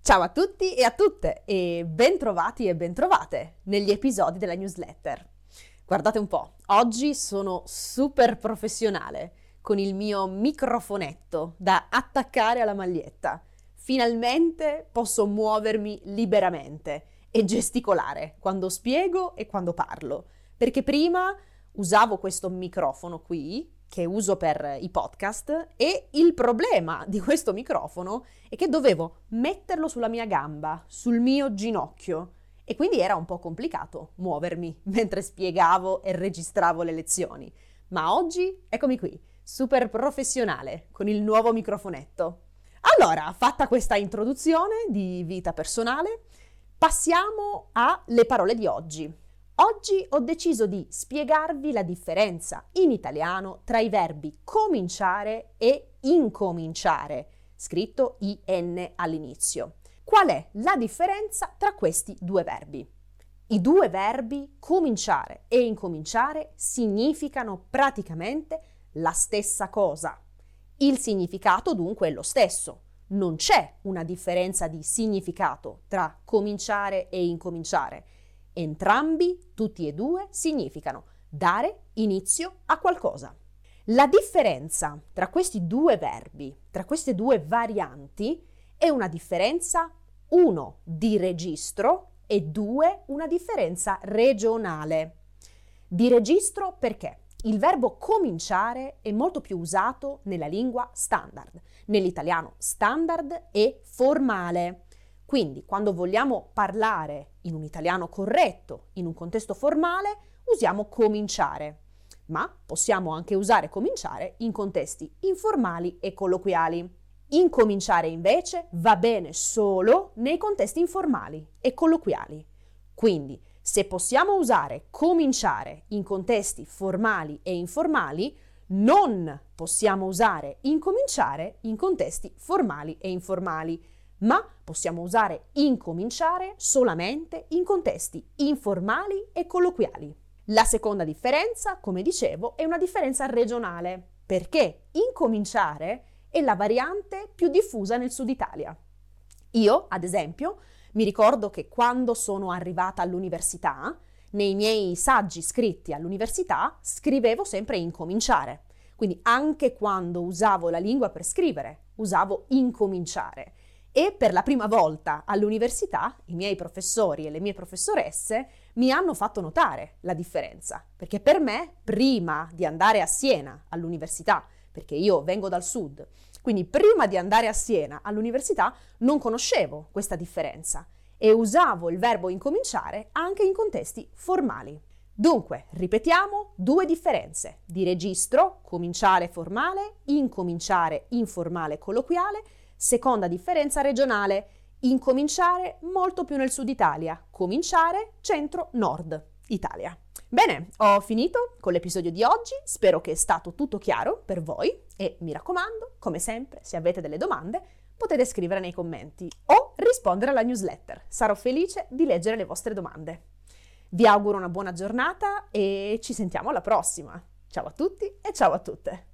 Ciao a tutti e a tutte e bentrovati e bentrovate negli episodi della newsletter. Guardate un po', oggi sono super professionale con il mio microfonetto da attaccare alla maglietta. Finalmente posso muovermi liberamente e gesticolare quando spiego e quando parlo, perché prima usavo questo microfono qui che uso per i podcast e il problema di questo microfono è che dovevo metterlo sulla mia gamba, sul mio ginocchio e quindi era un po' complicato muovermi mentre spiegavo e registravo le lezioni. Ma oggi eccomi qui, super professionale con il nuovo microfonetto. Allora, fatta questa introduzione di vita personale, passiamo alle parole di oggi. Oggi ho deciso di spiegarvi la differenza in italiano tra i verbi cominciare e incominciare, scritto IN all'inizio. Qual è la differenza tra questi due verbi? I due verbi cominciare e incominciare significano praticamente la stessa cosa. Il significato dunque è lo stesso. Non c'è una differenza di significato tra cominciare e incominciare. Entrambi, tutti e due, significano dare inizio a qualcosa. La differenza tra questi due verbi, tra queste due varianti, è una differenza, 1, di registro e 2, una differenza regionale. Di registro perché? Il verbo cominciare è molto più usato nella lingua standard, nell'italiano standard e formale. Quindi, quando vogliamo parlare in un italiano corretto, in un contesto formale, usiamo cominciare. Ma possiamo anche usare cominciare in contesti informali e colloquiali. Incominciare invece va bene solo nei contesti informali e colloquiali. Quindi, se possiamo usare cominciare in contesti formali e informali, non possiamo usare incominciare in contesti formali e informali, ma possiamo usare incominciare solamente in contesti informali e colloquiali. La seconda differenza, come dicevo, è una differenza regionale, perché incominciare è la variante più diffusa nel Sud Italia. Io, ad esempio, mi ricordo che quando sono arrivata all'università, nei miei saggi scritti all'università, scrivevo sempre incominciare. Quindi anche quando usavo la lingua per scrivere, usavo incominciare. E per la prima volta all'università i miei professori e le mie professoresse mi hanno fatto notare la differenza, perché per me, prima di andare a Siena all'università, perché io vengo dal sud, quindi prima di andare a Siena all'università non conoscevo questa differenza e usavo il verbo incominciare anche in contesti formali. Dunque, ripetiamo due differenze di registro, cominciare formale, incominciare informale colloquiale. Seconda differenza regionale, incominciare molto più nel sud Italia, cominciare centro-nord Italia. Bene, ho finito con l'episodio di oggi, spero che è stato tutto chiaro per voi e mi raccomando, come sempre, se avete delle domande potete scrivere nei commenti o rispondere alla newsletter, sarò felice di leggere le vostre domande. Vi auguro una buona giornata e ci sentiamo alla prossima. Ciao a tutti e ciao a tutte!